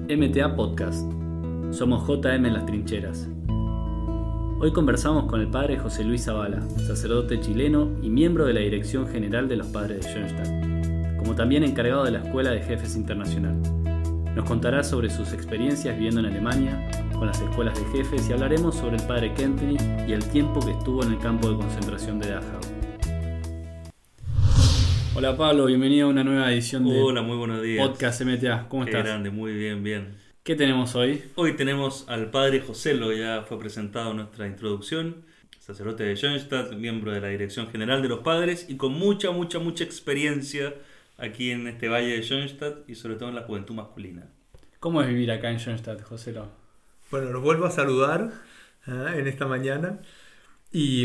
MTA Podcast. Somos JM en las trincheras. Hoy conversamos con el padre José Luis Zavala, sacerdote chileno y miembro de la Dirección General de los Padres de Schoenstatt, como también encargado de la Escuela de Jefes Internacional. Nos contará sobre sus experiencias viviendo en Alemania, con las escuelas de jefes, y hablaremos sobre el padre Kentenich y el tiempo que estuvo en el campo de concentración de Dachau. Hola Pablo, bienvenido a una nueva edición de muy buenos días. Podcast MTA. ¿Cómo estás? Qué grande, muy bien. ¿Qué tenemos hoy? Hoy tenemos al padre José, lo que ya fue presentado en nuestra introducción, sacerdote de Schoenstatt, miembro de la Dirección General de los Padres y con mucha experiencia aquí en este valle de Schoenstatt y sobre todo en la juventud masculina. ¿Cómo es vivir acá en Schoenstatt, José? Bueno, los vuelvo a saludar en esta mañana y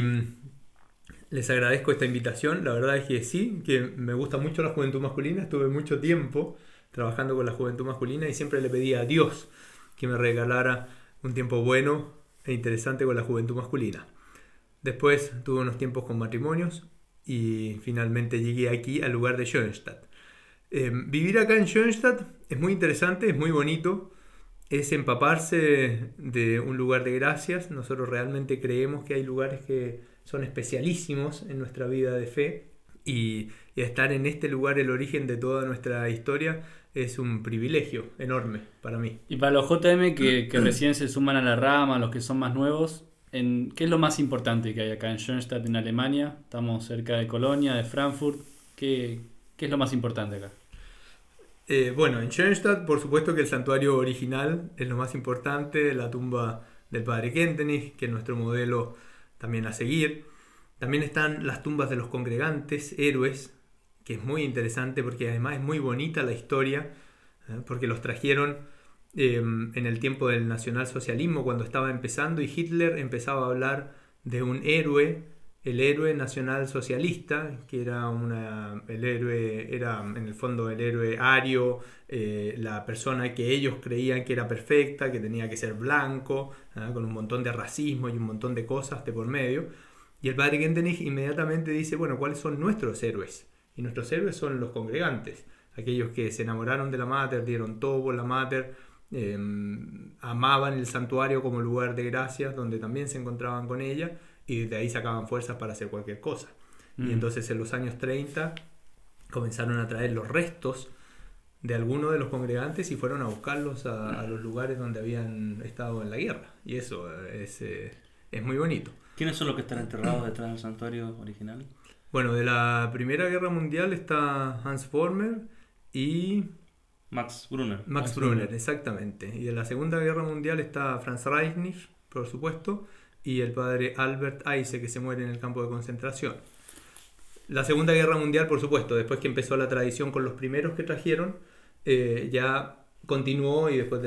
les agradezco esta invitación. La verdad es que sí, que me gusta mucho la juventud masculina. Estuve mucho tiempo trabajando con la juventud masculina y siempre le pedí a Dios que me regalara un tiempo bueno e interesante con la juventud masculina. Después tuve unos tiempos con matrimonios y finalmente llegué aquí al lugar de Schoenstatt. Vivir acá en Schoenstatt es muy interesante, es muy bonito, es empaparse de un lugar de gracias. Nosotros realmente creemos que hay lugares que son especialísimos en nuestra vida de fe y estar en este lugar, el origen de toda nuestra historia, es un privilegio enorme para mí. Y para los JM que recién se suman a la rama, los que son más nuevos, ¿qué es lo más importante que hay acá en Schoenstatt, en Alemania? Estamos cerca de Colonia, de Frankfurt. ¿Qué es lo más importante acá? Bueno, en Schoenstatt, por supuesto que el santuario original es lo más importante, la tumba del padre Kentenich, que es nuestro modelo también a seguir. También están las tumbas de los congregantes, héroes, que es muy interesante porque además es muy bonita la historia, porque los trajeron en el tiempo del nacionalsocialismo, cuando estaba empezando, y Hitler empezaba a hablar de un héroe, el héroe nacionalsocialista, que era el héroe, era en el fondo el héroe ario, la persona que ellos creían que era perfecta, que tenía que ser blanco, con un montón de racismo y un montón de cosas de por medio. Y el padre Kentenich inmediatamente dice, bueno, ¿cuáles son nuestros héroes? Y nuestros héroes son los congregantes, aquellos que se enamoraron de la Mater, dieron todo por la Mater, amaban el santuario como lugar de gracias, donde también se encontraban con ella, y desde ahí sacaban fuerzas para hacer cualquier cosa. Y entonces en los años 30 comenzaron a traer los restos de algunos de los congregantes y fueron a buscarlos a los lugares donde habían estado en la guerra. Y eso es muy bonito. ¿Quiénes son los que están enterrados detrás del santuario original? Bueno, de la Primera Guerra Mundial está Hans Former y Max Brunner. Max Brunner, exactamente. Y de la Segunda Guerra Mundial está Franz Reichnich, por supuesto, y el padre Albert Eise, que se muere en el campo de concentración. La Segunda Guerra Mundial, por supuesto, después que empezó la tradición con los primeros que trajeron, ya continuó, y después de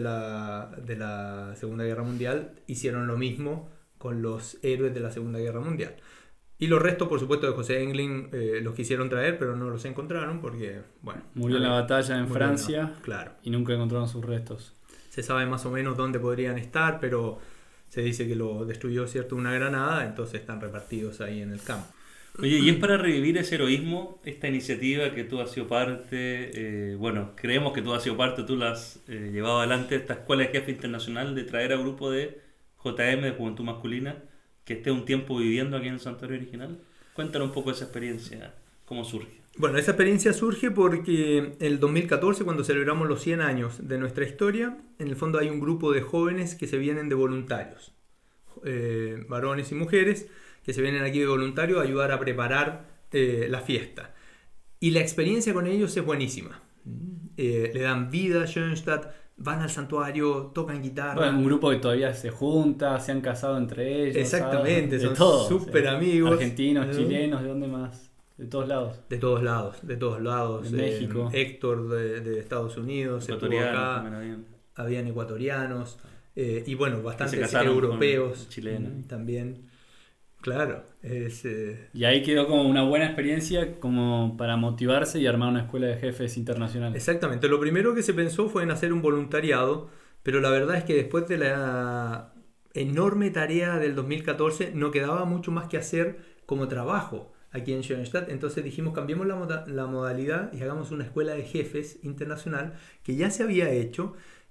la Segunda Guerra Mundial hicieron lo mismo con los héroes de la Segunda Guerra Mundial. Y los restos, por supuesto, de José Englin los quisieron traer, pero no los encontraron porque, bueno... Murió en la batalla en Francia, claro. Y nunca encontraron sus restos. Se sabe más o menos dónde podrían estar, pero se dice que lo destruyó, una granada, entonces están repartidos ahí en el campo. Oye, y es para revivir ese heroísmo, esta iniciativa que tú has sido parte, creemos que tú has sido parte, tú la has llevado adelante, esta Escuela de Jefe Internacional, de traer a un grupo de JM, de Juventud Masculina, que esté un tiempo viviendo aquí en el santuario original. Cuéntanos un poco de esa experiencia, cómo surge. Bueno, esa experiencia surge porque el 2014, cuando celebramos los 100 años de nuestra historia, en el fondo hay un grupo de jóvenes que se vienen de voluntarios, varones y mujeres, que se vienen aquí de voluntarios a ayudar a preparar la fiesta. Y la experiencia con ellos es buenísima. Le dan vida a Schoenstatt, van al santuario, tocan guitarra. Bueno, un grupo que todavía se junta, se han casado entre ellos. Exactamente, ¿sabes? son súper amigos. Argentinos, chilenos, ¿de dónde más? De todos lados. De todos lados. De México. Héctor de Estados Unidos, ecuatorianos acá. Habían ecuatorianos. Y bueno, bastantes se europeos chilenos también. Claro. Y ahí quedó como una buena experiencia como para motivarse y armar una escuela de jefes internacional. Exactamente. Lo primero que se pensó fue en hacer un voluntariado, pero la verdad es que después de la enorme tarea del 2014 no quedaba mucho más que hacer como trabajo aquí en Schoenstatt. Entonces dijimos, cambiemos la modalidad y hagamos una escuela de jefes internacional, que ya se había hecho,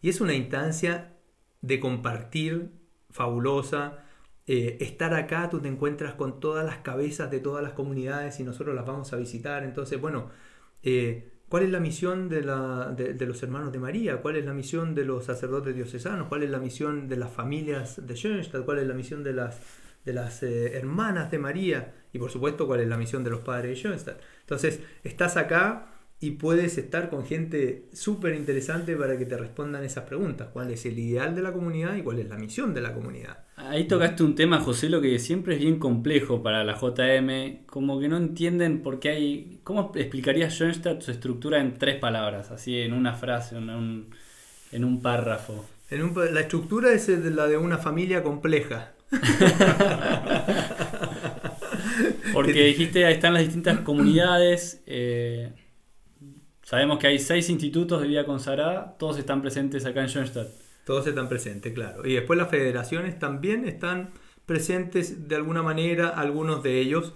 Y es una instancia de compartir fabulosa. Estar acá, tú te encuentras con todas las cabezas de todas las comunidades y nosotros las vamos a visitar. Entonces, bueno, ¿cuál es la misión de los hermanos de María? ¿Cuál es la misión de los sacerdotes diocesanos? ¿Cuál es la misión de las familias de Schoenstatt? ¿Cuál es la misión de las hermanas de María? Y por supuesto, ¿cuál es la misión de los padres de Schoenstatt? Entonces, estás acá y puedes estar con gente súper interesante para que te respondan esas preguntas. ¿Cuál es el ideal de la comunidad y cuál es la misión de la comunidad? Ahí tocaste un tema, José, lo que siempre es bien complejo para la JM, como que no entienden por qué hay... ¿Cómo explicaría Schoenstatt su estructura en 3 palabras, así en una frase, en un párrafo? La estructura es la de una familia compleja. Porque dijiste, ahí están las distintas comunidades, sabemos que hay 6 institutos de vida consagrada, todos están presentes acá en Schoenstatt. Todos están presentes, claro. Y después las federaciones también están presentes de alguna manera, algunos de ellos.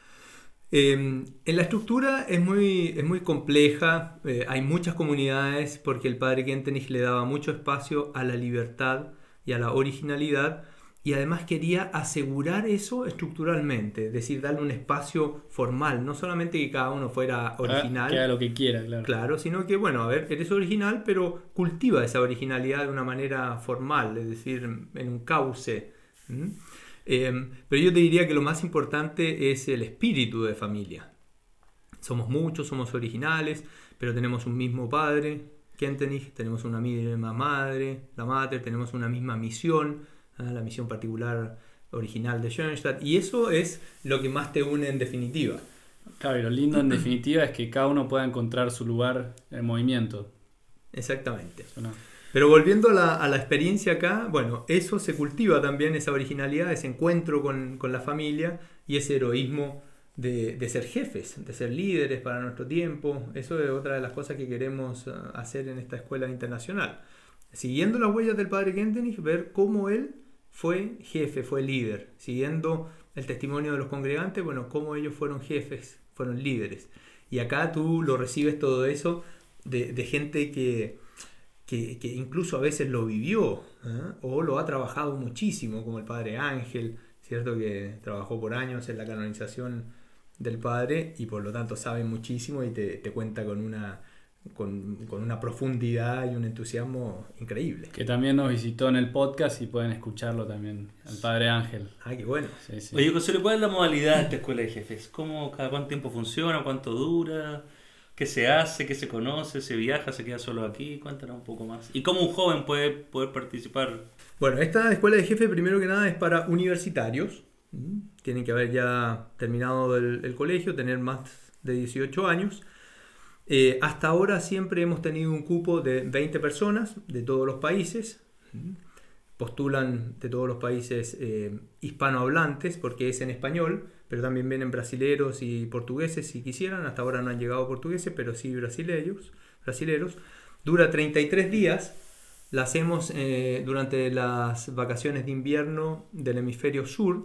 En la estructura es muy compleja, hay muchas comunidades porque el padre Kentenich le daba mucho espacio a la libertad y a la originalidad, y además quería asegurar eso estructuralmente, es decir, darle un espacio formal, no solamente que cada uno fuera original, que haga lo que quiera, claro. Claro, sino que, bueno, a ver, eres original, pero cultiva esa originalidad de una manera formal, es decir, en un cauce. Pero yo te diría que lo más importante es el espíritu de familia. Somos muchos, somos originales, pero tenemos un mismo padre, Kentenich, tenemos una misma madre, la mater, tenemos una misma misión, la misión particular original de Schoenstatt, y eso es lo que más te une en definitiva. Claro, y lo lindo en definitiva es que cada uno pueda encontrar su lugar en el movimiento. Exactamente. ¿No? Pero volviendo a la experiencia acá, bueno, eso se cultiva también, esa originalidad, ese encuentro con la familia y ese heroísmo de ser jefes, de ser líderes para nuestro tiempo. Eso es otra de las cosas que queremos hacer en esta escuela internacional. Siguiendo las huellas del padre Kentenich, ver cómo él fue jefe, fue líder. Siguiendo el testimonio de los congregantes, bueno, cómo ellos fueron jefes, fueron líderes. Y acá tú lo recibes todo eso de gente que incluso a veces lo vivió, o lo ha trabajado muchísimo, como el padre Ángel, ¿cierto? Que trabajó por años en la canonización del padre y por lo tanto sabe muchísimo y te cuenta con una profundidad y un entusiasmo increíble. Que también nos visitó en el podcast y pueden escucharlo también, el padre Ángel. Ah, qué bueno. Sí, sí. Oye, José, ¿cuál es la modalidad de esta escuela de jefes? ¿Cada cuánto tiempo funciona? ¿Cuánto dura? ¿Qué se hace? ¿Qué se conoce? ¿Se viaja? ¿Se queda solo aquí? Cuéntanos un poco más. ¿Y cómo un joven puede poder participar? Bueno, esta escuela de jefe primero que nada es para universitarios. Tienen que haber ya terminado el colegio, tener más de 18 años. Hasta ahora siempre hemos tenido un cupo de 20 personas de todos los países. Postulan de todos los países hispanohablantes porque es en español, pero también vienen brasileros y portugueses si quisieran. Hasta ahora no han llegado portugueses, pero sí brasileros. Dura 33 días. La hacemos durante las vacaciones de invierno del hemisferio sur.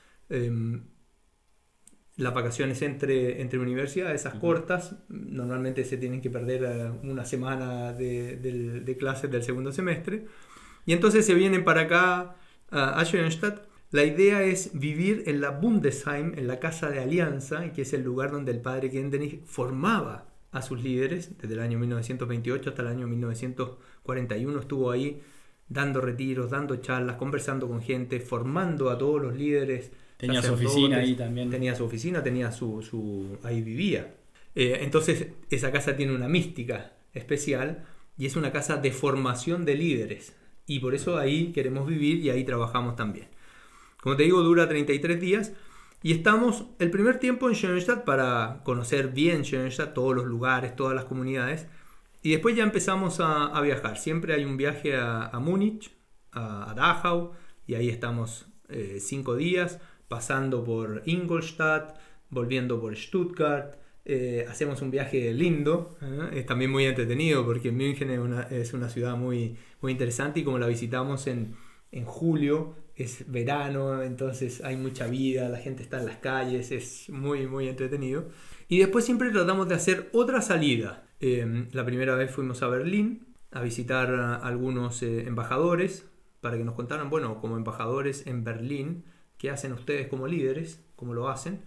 Las vacaciones entre universidades, esas cortas, normalmente se tienen que perder una semana de clases del segundo semestre. Y entonces se vienen para acá a Schoenstatt. La idea es vivir en la Bundesheim, en la Casa de Alianza, que es el lugar donde el padre Kentenich formaba a sus líderes. Desde el año 1928 hasta el año 1941 estuvo ahí dando retiros, dando charlas, conversando con gente, formando a todos los líderes. Tenía su oficina ahí también. Tenía su oficina, ahí vivía. Entonces esa casa tiene una mística especial y es una casa de formación de líderes. Y por eso ahí queremos vivir y ahí trabajamos también. Como te digo, dura 33 días y estamos el primer tiempo en Schoenstatt para conocer bien Schoenstatt, todos los lugares, todas las comunidades. Y después ya empezamos a viajar. Siempre hay un viaje a Múnich, a Dachau, y ahí estamos 5 días, pasando por Ingolstadt, volviendo por Stuttgart. Hacemos un viaje lindo, es también muy entretenido porque München es una ciudad muy, muy interesante y como la visitamos en julio, es verano, entonces hay mucha vida, la gente está en las calles, es muy, muy entretenido. Y después siempre tratamos de hacer otra salida. La primera vez fuimos a Berlín, a visitar a algunos embajadores para que nos contaran, bueno, como embajadores en Berlín, qué hacen ustedes como líderes, cómo lo hacen.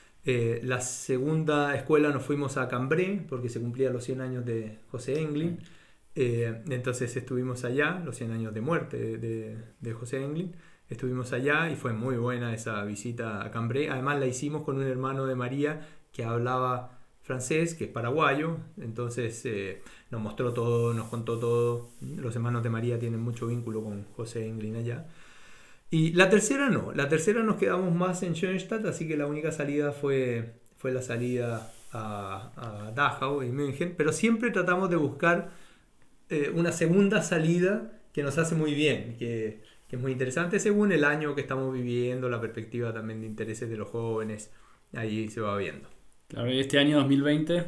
La segunda escuela nos fuimos a Cambrai porque se cumplían los 100 años de José Englyn. Entonces estuvimos allá, los 100 años de muerte de José Englyn. Estuvimos allá y fue muy buena esa visita a Cambrai. Además la hicimos con un hermano de María que hablaba francés, que es paraguayo. Entonces nos mostró todo, nos contó todo. Los hermanos de María tienen mucho vínculo con José Englyn allá. Y la tercera no, la tercera nos quedamos más en Schoenstatt, así que la única salida fue la salida a Dachau y München, pero siempre tratamos de buscar una segunda salida que nos hace muy bien, que es muy interesante según el año que estamos viviendo, la perspectiva también de intereses de los jóvenes, ahí se va viendo. Claro, y este año 2020...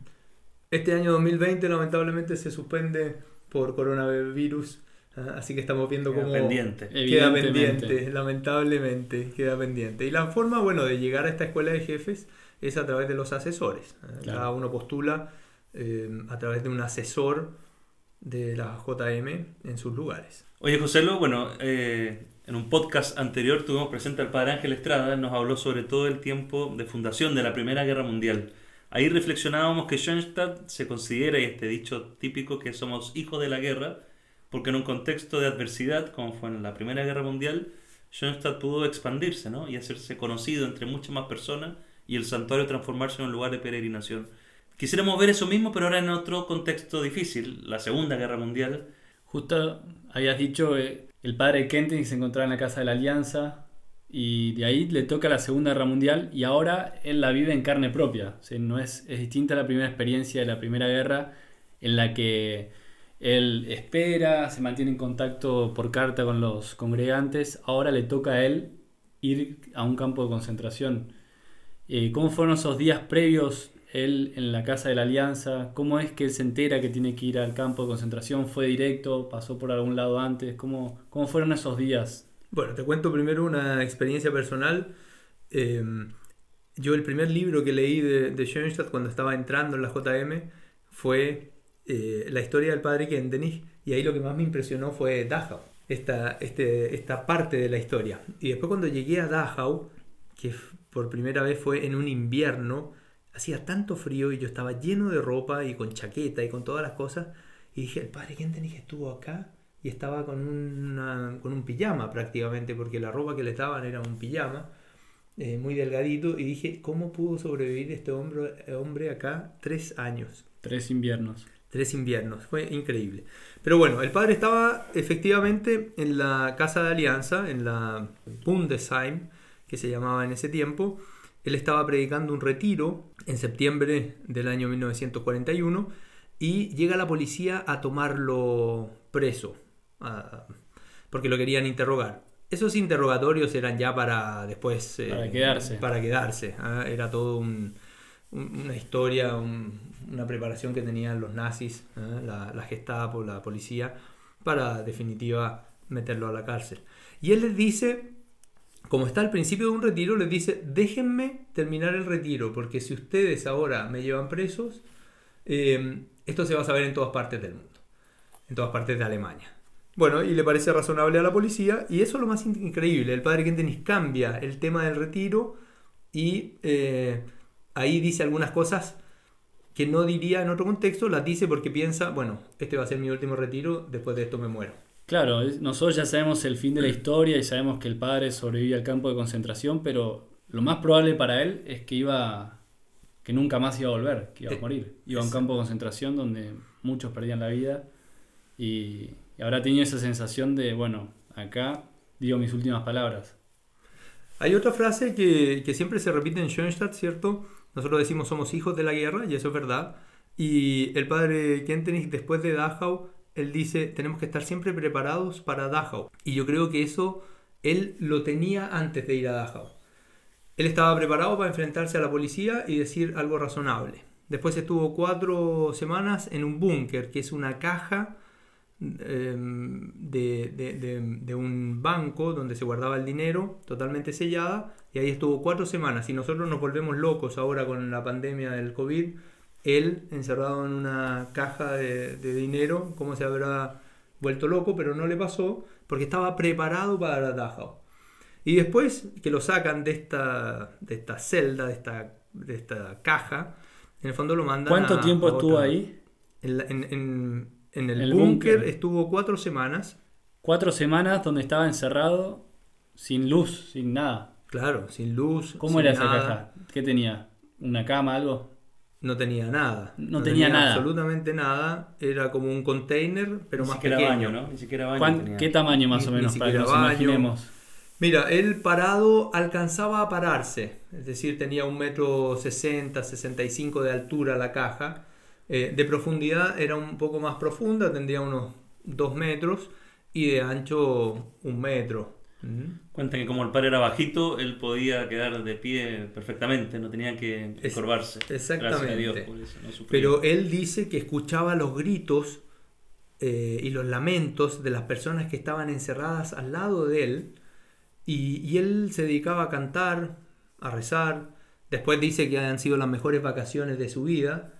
Este año 2020 lamentablemente se suspende por coronavirus. Así que estamos viendo cómo queda pendiente, lamentablemente queda pendiente. Y la forma, bueno, de llegar a esta escuela de jefes es a través de los asesores. Claro. Cada uno postula a través de un asesor de la JM en sus lugares. Oye, Joselo, bueno, en un podcast anterior tuvimos presente al padre Ángel Estrada, nos habló sobre todo el tiempo de fundación de la Primera Guerra Mundial. Ahí reflexionábamos que Schoenstatt se considera, y este dicho típico, que somos hijos de la guerra, porque en un contexto de adversidad, como fue en la Primera Guerra Mundial, Schoenstatt pudo expandirse, ¿no? Y hacerse conocido entre muchas más personas y el santuario transformarse en un lugar de peregrinación. Quisiéramos ver eso mismo, pero ahora en otro contexto difícil, la Segunda Guerra Mundial. Justo habías dicho, el padre Kentenich se encontraba en la Casa de la Alianza y de ahí le toca la Segunda Guerra Mundial y ahora él la vive en carne propia. O sea, es distinta a la primera experiencia de la Primera Guerra en la que él espera, se mantiene en contacto por carta con los congregantes. Ahora le toca a él ir a un campo de concentración. ¿Cómo fueron esos días previos, él en la Casa de la Alianza? ¿Cómo es que él se entera que tiene que ir al campo de concentración? ¿Fue directo? ¿Pasó por algún lado antes? ¿Cómo fueron esos días? Bueno, te cuento primero una experiencia personal. Yo el primer libro que leí de Schoenstatt cuando estaba entrando en la JM fue la historia del padre Kentenich, y ahí lo que más me impresionó fue Dachau, esta parte de la historia. Y después cuando llegué a Dachau, que por primera vez fue en un invierno, hacía tanto frío y yo estaba lleno de ropa y con chaqueta y con todas las cosas, y dije, el padre Kentenich estuvo acá y estaba con un pijama prácticamente, porque la ropa que le daban era un pijama muy delgadito, y dije, ¿cómo pudo sobrevivir este hombre acá 3 años? 3 inviernos. 3 inviernos, fue increíble. Pero bueno, el padre estaba efectivamente en la Casa de Alianza, en la Bundesheim, que se llamaba en ese tiempo. Él estaba predicando un retiro en septiembre del año 1941 y llega la policía a tomarlo preso, porque lo querían interrogar. Esos interrogatorios eran ya para después... Para quedarse. Era todo una historia, una preparación que tenían los nazis, la Gestapo, la policía, para definitiva meterlo a la cárcel. Y él les dice, como está al principio de un retiro, les dice, déjenme terminar el retiro, porque si ustedes ahora me llevan presos, esto se va a saber en todas partes del mundo, en todas partes de Alemania. Bueno, y le parece razonable a la policía, y eso es lo más increíble. El padre Kentenich cambia el tema del retiro y ahí dice algunas cosas que no diría en otro contexto, las dice porque piensa, bueno, este va a ser mi último retiro, después de esto me muero. Claro, nosotros ya sabemos el fin de la historia y sabemos que el padre sobrevive al campo de concentración, pero lo más probable para él es que nunca más iba a volver, que iba a morir. Iba a un campo de concentración donde muchos perdían la vida y habrá tenido esa sensación de, bueno, acá digo mis últimas palabras. Hay otra frase que siempre se repite en Schoenstatt, ¿cierto? Nosotros decimos somos hijos de la guerra, y eso es verdad. Y el padre Kentenich, después de Dachau, él dice, tenemos que estar siempre preparados para Dachau. Y yo creo que eso él lo tenía antes de ir a Dachau. Él estaba preparado para enfrentarse a la policía y decir algo razonable. Después estuvo 4 semanas en un búnker, que es una caja de un banco donde se guardaba el dinero, totalmente sellada, y ahí estuvo 4 semanas. Y nosotros nos volvemos locos ahora con la pandemia del COVID él encerrado en una caja de dinero, cómo se habrá vuelto loco, pero no le pasó porque estaba preparado para Dachau. Y después que lo sacan de esta celda, de esta caja, en el fondo lo mandan ¿Cuánto tiempo a estuvo otra. ahí? En el El búnker búnker. estuvo 4 semanas. 4 semanas donde estaba encerrado, sin luz, sin nada. Claro, sin luz. ¿Cómo sin era esa nada. caja? ¿Qué tenía? ¿Una cama, algo? No tenía nada. No tenía nada. Absolutamente nada. Era como un container, pero Ni más siquiera pequeño. baño, ¿no? Ni siquiera baño tenía. ¿Qué tamaño más o Ni menos para que siquiera nos baño. imaginemos? Mira, él parado alcanzaba a pararse. Es decir, tenía 1,60 m, 65 de altura la caja. De profundidad era un poco más profunda, tendría unos 2 metros. Y de ancho 1 metro. Cuentan que como el padre era bajito, él podía quedar de pie perfectamente, no tenía que encorvarse. Exactamente. Gracias a Dios por eso, no sufría. Pero él dice que escuchaba los gritos y los lamentos de las personas que estaban encerradas al lado de él, y él se dedicaba a cantar, a rezar. Después dice que han sido las mejores vacaciones de su vida.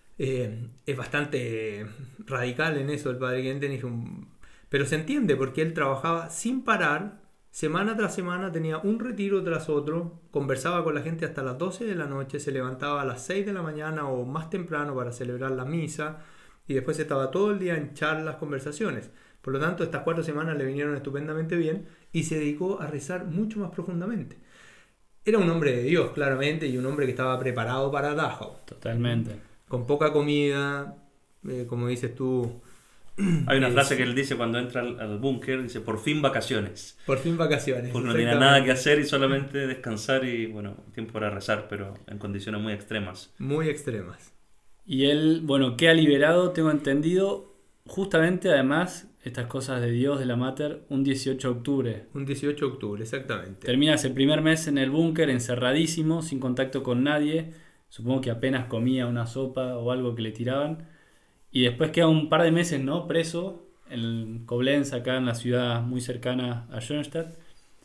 Es bastante radical en eso el padre Kentenich, pero se entiende porque él trabajaba sin parar, semana tras semana, tenía un retiro tras otro, conversaba con la gente hasta las 12 de la noche, se levantaba a las 6 de la mañana o más temprano para celebrar la misa, y después estaba todo el día en charlas, conversaciones. Por lo tanto, estas 4 semanas le vinieron estupendamente bien y se dedicó a rezar mucho más profundamente. Era un hombre de Dios, claramente, y un hombre que estaba preparado para Dachau. Totalmente. Con poca comida, como dices tú. Hay una frase que él dice cuando entra al búnker, dice, por fin vacaciones. Por fin vacaciones. Porque no tenía nada que hacer y solamente descansar y, bueno, tiempo para rezar, pero en condiciones muy extremas. Muy extremas. Y él, bueno, queda liberado, tengo entendido, justamente además, estas cosas de Dios, de la Mater, un 18 de octubre. Un 18 de octubre, exactamente. Termina ese primer mes en el búnker, encerradísimo, sin contacto con nadie. Supongo que apenas comía una sopa o algo que le tiraban. Y después queda un par de meses, ¿no?, preso en Koblenz, acá en la ciudad muy cercana a Schoenstatt.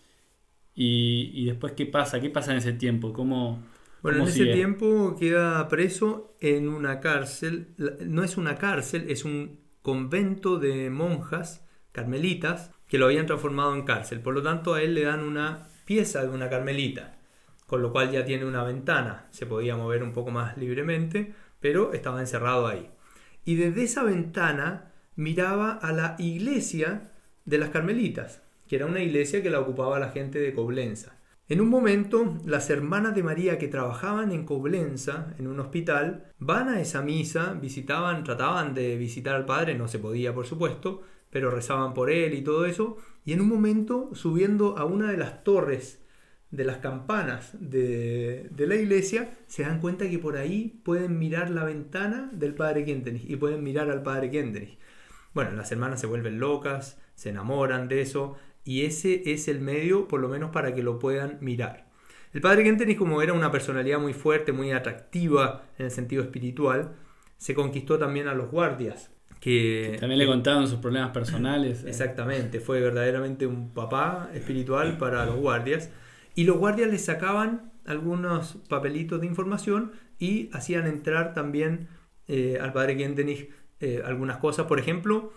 Y después, ¿qué pasa? ¿Qué pasa en ese tiempo? Bueno, ¿Cómo en ese sigue? tiempo queda preso en una cárcel. No es una cárcel, es un convento de monjas carmelitas que lo habían transformado en cárcel. Por lo tanto, a él le dan una pieza de una carmelita, con lo cual ya tiene una ventana. Se podía mover un poco más libremente, pero estaba encerrado ahí. Y desde esa ventana miraba a la iglesia de las carmelitas, que era una iglesia que la ocupaba la gente de Coblenza. En un momento, las hermanas de María que trabajaban en Coblenza, en un hospital, van a esa misa, trataban de visitar al padre, no se podía por supuesto, pero rezaban por él y todo eso, y en un momento, subiendo a una de las torres de las campanas de la iglesia, se dan cuenta que por ahí pueden mirar la ventana del padre Kentenich y pueden mirar al padre Kentenich. Bueno, las hermanas se vuelven locas, se enamoran de eso, y ese es el medio, por lo menos, para que lo puedan mirar. El padre Kentenich, como era una personalidad muy fuerte, muy atractiva en el sentido espiritual, se conquistó también a los guardias. Que También le contaban sus problemas personales. Exactamente, fue verdaderamente un papá espiritual para los guardias. Y los guardias les sacaban algunos papelitos de información y hacían entrar también al padre Kentenich algunas cosas, por ejemplo,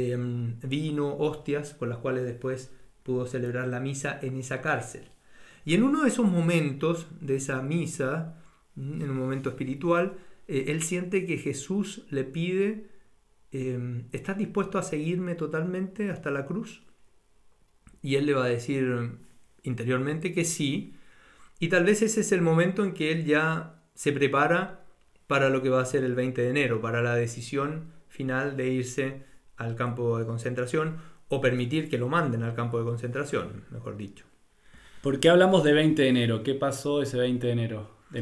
vino, hostias, con las cuales después pudo celebrar la misa en esa cárcel. Y en uno de esos momentos de esa misa, en un momento espiritual, él siente que Jesús le pide, ¿estás dispuesto a seguirme totalmente hasta la cruz? Y él le va a decir interiormente que sí, y tal vez ese es el momento en que él ya se prepara para lo que va a ser el 20 de enero, para la decisión final de irse al campo de concentración o permitir que lo manden al campo de concentración, mejor dicho. ¿Por qué hablamos de 20 de enero? ¿Qué pasó ese 20 de enero? De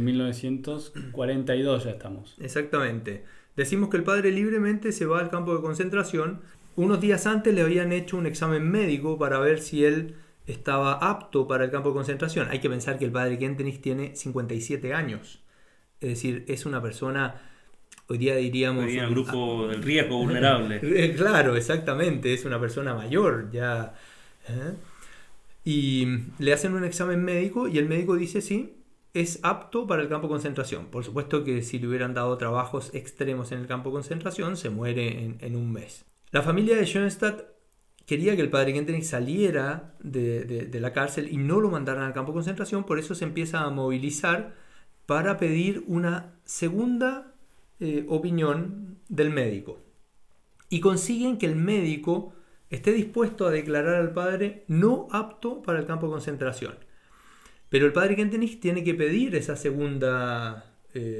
1942 ya estamos. Exactamente. Decimos que el padre libremente se va al campo de concentración. Unos días antes le habían hecho un examen médico para ver si él estaba apto para el campo de concentración. Hay que pensar que el padre Kentenich tiene 57 años. Es decir, es una persona, hoy día diríamos... Hoy día el grupo del riesgo vulnerable. Claro, exactamente. Es una persona mayor ya. Y le hacen un examen médico y el médico dice sí, es apto para el campo de concentración. Por supuesto que si le hubieran dado trabajos extremos en el campo de concentración, se muere en un mes. La familia de Schoenstatt quería que el padre Kentenich saliera de la cárcel y no lo mandaran al campo de concentración, por eso se empieza a movilizar para pedir una segunda opinión del médico. Y consiguen que el médico esté dispuesto a declarar al padre no apto para el campo de concentración. Pero el padre Kentenich tiene que pedir esa segunda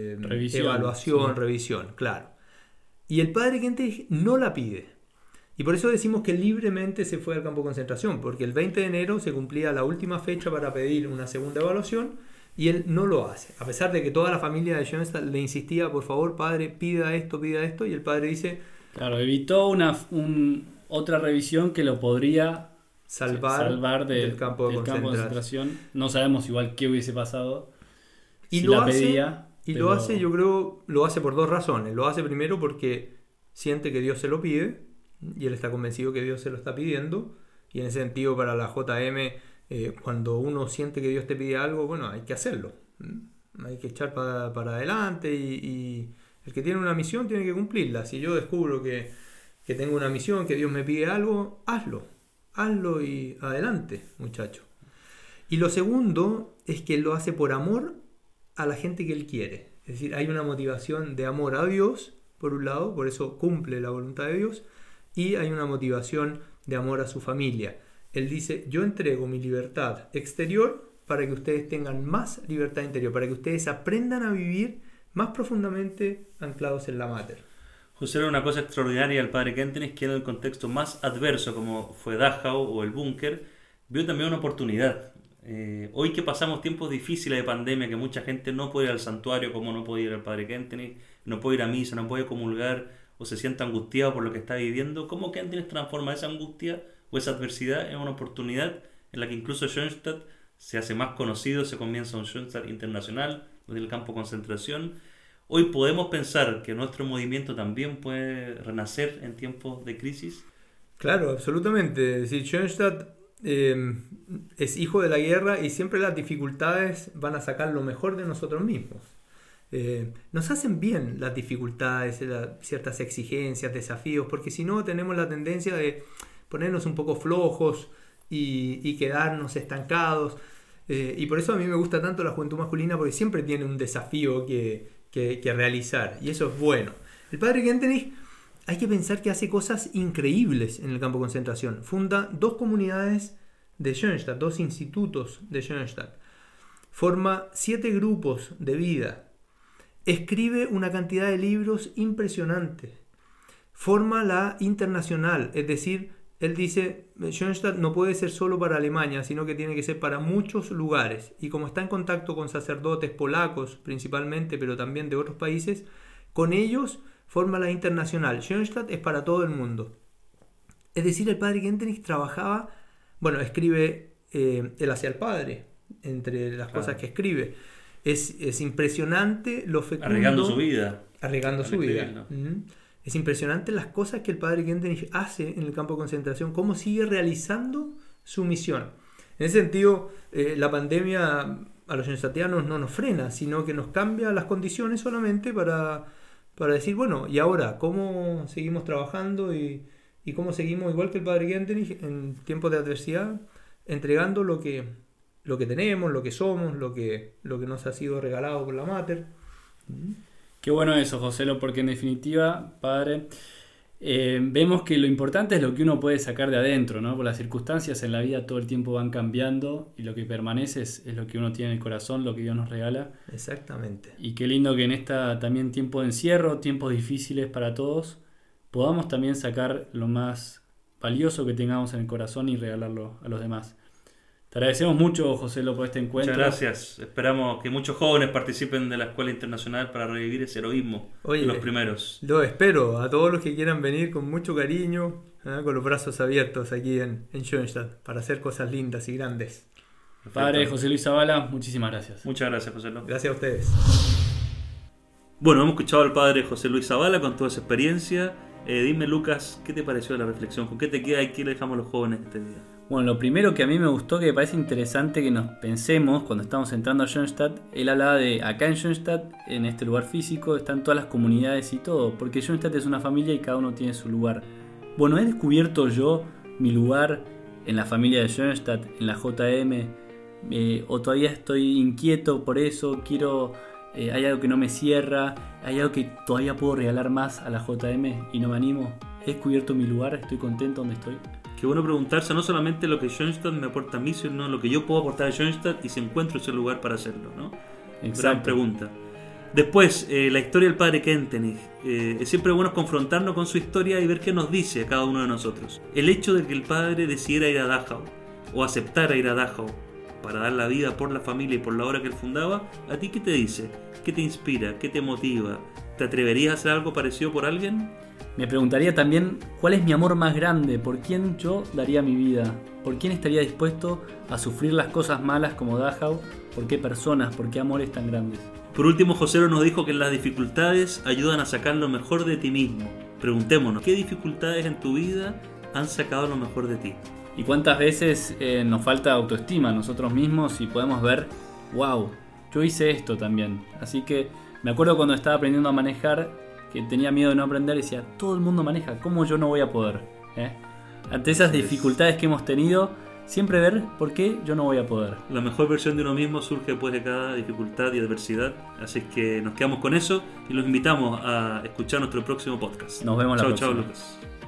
revisión, claro. Y el padre Kentenich no la pide. Y por eso decimos que libremente se fue al campo de concentración, porque el 20 de enero se cumplía la última fecha para pedir una segunda evaluación y él no lo hace. A pesar de que toda la familia de Schoenstatt le insistía, por favor, padre, pida esto, y el padre dice... Claro, evitó otra revisión que lo podría salvar del campo de concentración. No sabemos igual qué hubiese pasado y si lo hace, yo creo, lo hace por dos razones. Lo hace primero porque siente que Dios se lo pide y él está convencido que Dios se lo está pidiendo. Y en ese sentido, para la JM, cuando uno siente que Dios te pide algo, bueno, hay que hacerlo. Hay que echar para adelante y el que tiene una misión tiene que cumplirla. Si yo descubro que tengo una misión, que Dios me pide algo, hazlo y adelante, muchacho. Y lo segundo es que él lo hace por amor a la gente que él quiere. Es decir, hay una motivación de amor a Dios, por un lado, por eso cumple la voluntad de Dios, y hay una motivación de amor a su familia. Él dice, yo entrego mi libertad exterior para que ustedes tengan más libertad interior, para que ustedes aprendan a vivir más profundamente anclados en la mater. José, era una cosa extraordinaria el padre Kentenich, que en el contexto más adverso como fue Dachau o el búnker, vio también una oportunidad. Hoy que pasamos tiempos difíciles de pandemia, que mucha gente no puede ir al santuario como no puede ir al padre Kentenich, no puede ir a misa, no puede comulgar o se siente angustiado por lo que está viviendo, ¿cómo Kentenich transforma esa angustia o esa adversidad en una oportunidad en la que incluso Schoenstatt se hace más conocido, se comienza un Schoenstatt internacional en el campo de concentración? Hoy podemos pensar que nuestro movimiento también puede renacer en tiempos de crisis. Claro, absolutamente. Es decir, Schoenstatt es hijo de la guerra y siempre las dificultades van a sacar lo mejor de nosotros mismos. Nos hacen bien las dificultades, ciertas exigencias, desafíos, porque si no tenemos la tendencia de ponernos un poco flojos y quedarnos estancados. Y por eso a mí me gusta tanto la juventud masculina, porque siempre tiene un desafío que realizar, y eso es bueno. El padre Kentenich, hay que pensar que hace cosas increíbles en el campo de concentración. Funda 2 comunidades de Schoenstatt, 2 institutos de Schoenstatt. Forma 7 grupos de vida. Escribe una cantidad de libros impresionante. Forma la internacional, es decir, él dice, Schoenstatt no puede ser solo para Alemania, sino que tiene que ser para muchos lugares. Y como está en contacto con sacerdotes polacos principalmente, pero también de otros países, con ellos forma la internacional. Schoenstatt es para todo el mundo. Es decir, el padre Kentenich trabajaba, escribe el hacia el padre, entre las cosas que escribe. Es impresionante lo fecundo. Arriesgando su vida. Es impresionante las cosas que el padre Kentenich hace en el campo de concentración, cómo sigue realizando su misión. En ese sentido, la pandemia a los schoenstattianos no nos frena, sino que nos cambia las condiciones solamente para decir, bueno, ¿y ahora cómo seguimos trabajando y cómo seguimos, igual que el padre Kentenich, en tiempos de adversidad, entregando lo que tenemos, lo que somos, lo que nos ha sido regalado por la Mater? Qué bueno eso, Joselo, porque en definitiva, padre, vemos que lo importante es lo que uno puede sacar de adentro, ¿no? Por las circunstancias en la vida todo el tiempo van cambiando y lo que permanece es lo que uno tiene en el corazón, lo que Dios nos regala. Exactamente. Y qué lindo que en esta también tiempo de encierro, tiempos difíciles para todos, podamos también sacar lo más valioso que tengamos en el corazón y regalarlo a los demás. Te agradecemos mucho, Joselo, por este encuentro. Muchas gracias. Esperamos que muchos jóvenes participen de la Escuela Internacional para revivir ese heroísmo de los primeros. Lo espero a todos los que quieran venir con mucho cariño, con los brazos abiertos aquí en Schoenstatt, para hacer cosas lindas y grandes. Perfecto. Padre José Luis Zavala, muchísimas gracias. Muchas gracias, José Luis. Gracias a ustedes. Bueno, hemos escuchado al padre José Luis Zavala con toda esa experiencia. Dime, Lucas, ¿qué te pareció la reflexión? ¿Con qué te queda y qué le dejamos a los jóvenes este día? Bueno, lo primero que a mí me gustó, que me parece interesante que nos pensemos cuando estamos entrando a Schoenstatt, él hablaba de acá en Schoenstatt, en este lugar físico, están todas las comunidades y todo, porque Schoenstatt es una familia y cada uno tiene su lugar. Bueno, he descubierto yo mi lugar en la familia de Schoenstatt, en la JM, o todavía estoy inquieto por eso, hay algo que no me cierra, hay algo que todavía puedo regalar más a la JM y no me animo. He descubierto mi lugar, estoy contento donde estoy. Qué bueno preguntarse no solamente lo que Schoenstatt me aporta a mí, sino lo que yo puedo aportar a Schoenstatt y si encuentro ese lugar para hacerlo, ¿no? Exacto. Gran pregunta. Después, la historia del padre Kentenich. Es siempre bueno confrontarnos con su historia y ver qué nos dice a cada uno de nosotros. El hecho de que el padre decidiera ir a Dachau o aceptara ir a Dachau para dar la vida por la familia y por la obra que él fundaba, ¿a ti qué te dice? ¿Qué te inspira? ¿Qué te motiva? ¿Te atreverías a hacer algo parecido por alguien? Me preguntaría también cuál es mi amor más grande, por quién yo daría mi vida, por quién estaría dispuesto a sufrir las cosas malas como Dachau, por qué personas, por qué amores tan grandes. Por último, Joselo nos dijo que las dificultades ayudan a sacar lo mejor de ti mismo. Preguntémonos, ¿qué dificultades en tu vida han sacado lo mejor de ti? ¿Y cuántas veces nos falta autoestima a nosotros mismos y podemos ver, wow, yo hice esto también? Así que me acuerdo cuando estaba aprendiendo a manejar, que tenía miedo de no aprender y decía, todo el mundo maneja, ¿cómo yo no voy a poder? Ante esas dificultades que hemos tenido, siempre ver por qué yo no voy a poder. La mejor versión de uno mismo surge después de cada dificultad y adversidad, así que nos quedamos con eso y los invitamos a escuchar nuestro próximo podcast. Nos vemos la próxima. Chao, Lucas.